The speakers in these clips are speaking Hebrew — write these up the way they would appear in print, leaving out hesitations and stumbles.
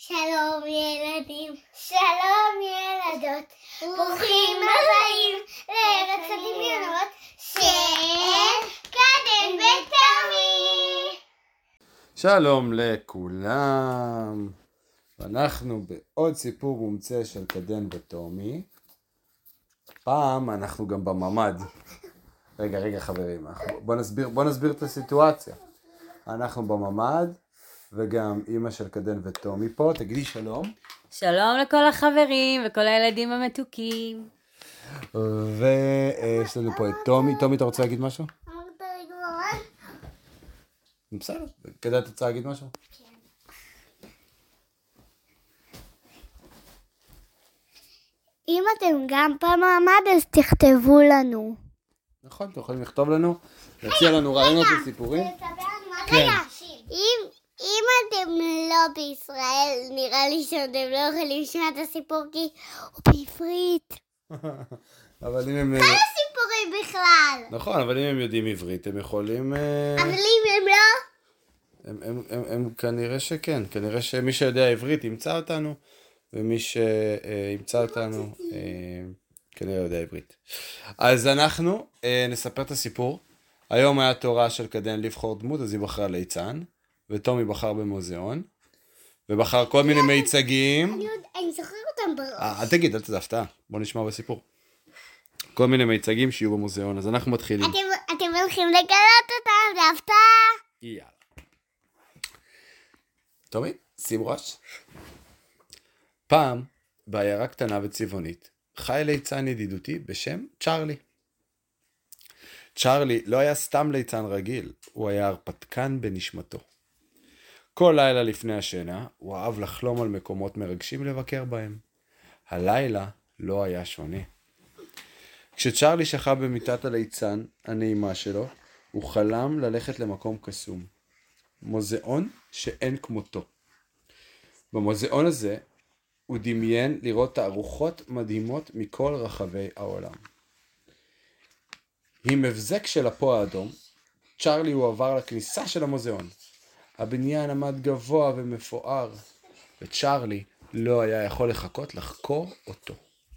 שלום ילדים, שלום ילדות, ברוכים הבאים לארץ הדמיונות של קדם ותומי. שלום לכולם, ואנחנו בעוד סיפור מומצא של קדם ותומי. פעם אנחנו גם בממד. רגע חברים, בוא נסביר את הסיטואציה. אנחנו בממד, וגם אמא של קדם ותומי פה. תגידי שלום. שלום לכל החברים וכל הילדים המתוקים. ויש לנו פה את תומי. תומי, אתה רוצה להגיד משהו? אמרת רגע ממש? בסדר, כדאי אתה רוצה להגיד משהו? כן. אם אתם גם במעמד אז תכתבו לנו. נכון, אתם יכולים לכתוב לנו, להציע לנו רעיונות וסיפורים. כן. אם אתם לא בישראל, נראה לי שאתם לא יכולים לשמוע את הסיפור כי הוא בעברית. אבל אם הם... כל הסיפורים בכלל. נכון, אבל אם הם יודעים עברית, הם יכולים... אבל אם הם לא... הם כנראה שכן, כנראה שמי שיודע עברית ימצא אותנו, ומי שימצא אותנו כנראה יודע עברית. אז אנחנו נספר את הסיפור. היום היה תורה של קדם לבחור דמות, אז היא בחרה ליצן, ותומי בחר במוזיאון, ובחר כל מיני מיצגים. אני זוכר אותם בראש. אל תגיד, אל תדע, הפתעה. בוא נשמע בסיפור. כל מיני מיצגים שיהיו במוזיאון, אז אנחנו מתחילים. אתם הולכים לגלות אותם, זה הפתעה. יאללה. תומי, שים ראש. פעם, בעיירה קטנה וצבעונית, חי ליצן ידידותי בשם צ'רלי. צ'רלי לא היה סתם ליצן רגיל, הוא היה הרפתקן בנשמתו. כל לילה לפני השינה, הוא אהב לחלום על מקומות מרגשים לבקר בהם. הלילה לא היה שונה. כשצ'רלי שכב במיטת הליצן הנעימה שלו, הוא חלם ללכת למקום קסום. מוזיאון שאין כמותו. במוזיאון הזה הוא דמיין לראות תערוכות מדהימות מכל רחבי העולם. עם הבזק של אפו האדום, צ'רלי הוא עבר לכניסה של המוזיאון. הבניין עמד גבוה ומפואר, וצ'רלי לא היה יכול לחכות לחקור אותו.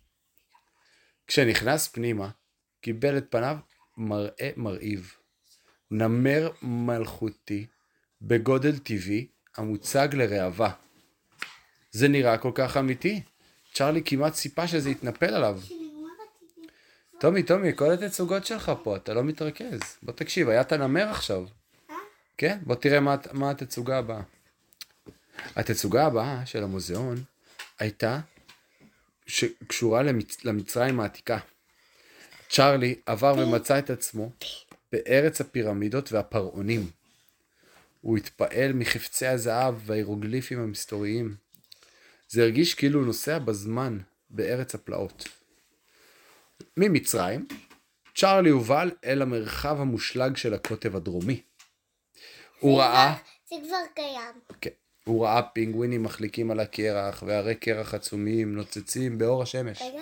כשנכנס פנימה, קיבל את פניו מראה מרהיב. נמר מלכותי בגודל טבעי המוצג לראווה. זה נראה כל כך אמיתי. צ'רלי כמעט ציפה שזה יתנפל עליו. תומי, כל התצוגות שלך פה, אתה לא מתרכז. בוא תקשיב, היה את הנמר עכשיו. כן? בוא תראה מה התצוגה הבאה. התצוגה הבאה של המוזיאון הייתה קשורה למצרים העתיקה. צ'רלי עבר ומצא את עצמו בארץ הפירמידות והפרעונים. הוא התפעל מחפצי הזהב וההירוגליפים המסתוריים. זה הרגיש כאילו הוא נוסע בזמן בארץ הפלאות. ממצרים, צ'רלי הובל אל המרחב המושלג של הקוטב הדרומי. זה כבר קיים. כן. הוא ראה פינגווינים מחליקים על הקרח, והרי קרח עצומים נוצצים באור השמש. רגע.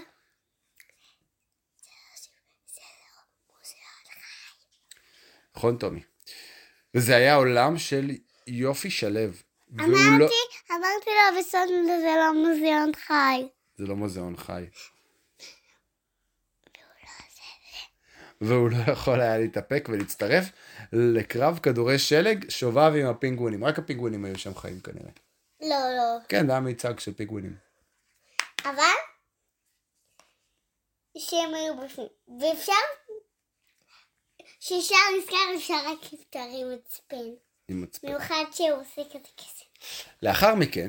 נכון, תומי. וזה היה עולם של יופי שלב. אמרתי לו בסוד זה לא מוזיאון חי. זה לא מוזיאון חי. והוא לא יכול היה להתאפק ולהצטרף לקרב כדורי שלג שובב עם הפינגווינים. רק הפינגווינים היו שם חיים כנראה. לא. כן, זה היה מיצג של פינגווינים. אבל שהם היו בפנים. ואפשר ששם נזכר אפשר רק לפתור עם מצפן. עם מצפן. מיוחד שהוא עושה כזה כסף. לאחר מכן,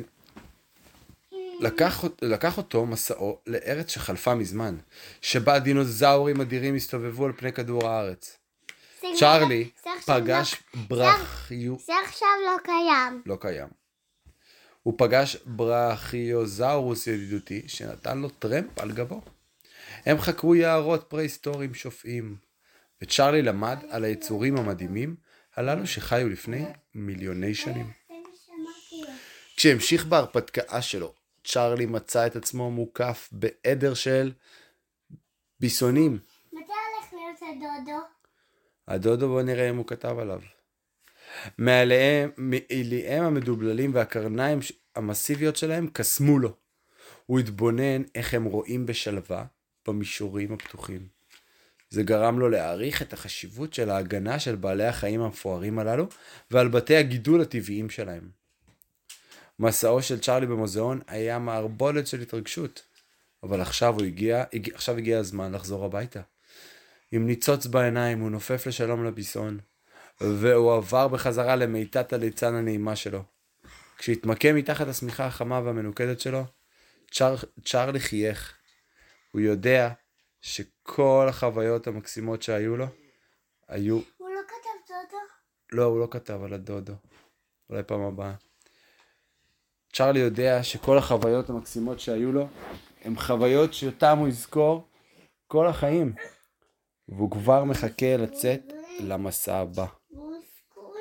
לקח אותו מסעו לארץ שחלפה מזמן, שבה דינוזאורים אדירים הסתובבו על פני כדור הארץ. צ'רלי פגש זה עכשיו לא קיים. לא קיים. הוא פגש ברכיוזאורוס ידידותי שנתן לו טרמפ על גבו. הם חקרו יערות פרה-היסטוריים שופעים, וצ'רלי למד על היצורים המדהימים הללו שחיו לפני מיליוני שנים. כשהמשיך בהרפתקה שלו, צ'רלי מצא את עצמו מוקף בעדר של ביסונים. מתי הולך להיות הדודו? הדודו, בוא נראה אם הוא כתב עליו. מעליהם המדובללים והקרניים המסיביות שלהם קסמו לו. הוא התבונן איך הם רואים בשלווה במישורים הפתוחים. זה גרם לו להעריך את החשיבות של ההגנה של בעלי החיים המפוארים הללו ועל בתי הגידול הטבעיים שלהם. מסעו של צ'רלי במוזיאון היה מערבולת של התרגשות, אבל עכשיו הגיע הזמן לחזור הביתה. עם ניצוץ בעיניים הוא נופף לשלום לביסון, והוא עבר בחזרה למיטת הליצן הנעימה שלו. כשהתמקם מתחת השמיכה החמה והמנוקדת שלו, צ'רלי חייך. הוא יודע שכל החוויות המקסימות שהיו לו, היו... הוא לא כתב דודו? לא, הוא לא כתב על הדודו. אולי פעם הבאה. צ'רלי יודע שכל החוויות המקסימות שהיו לו, הם חוויות שאותם הוא יזכור כל החיים. והוא כבר מחכה לצאת למסע הבא.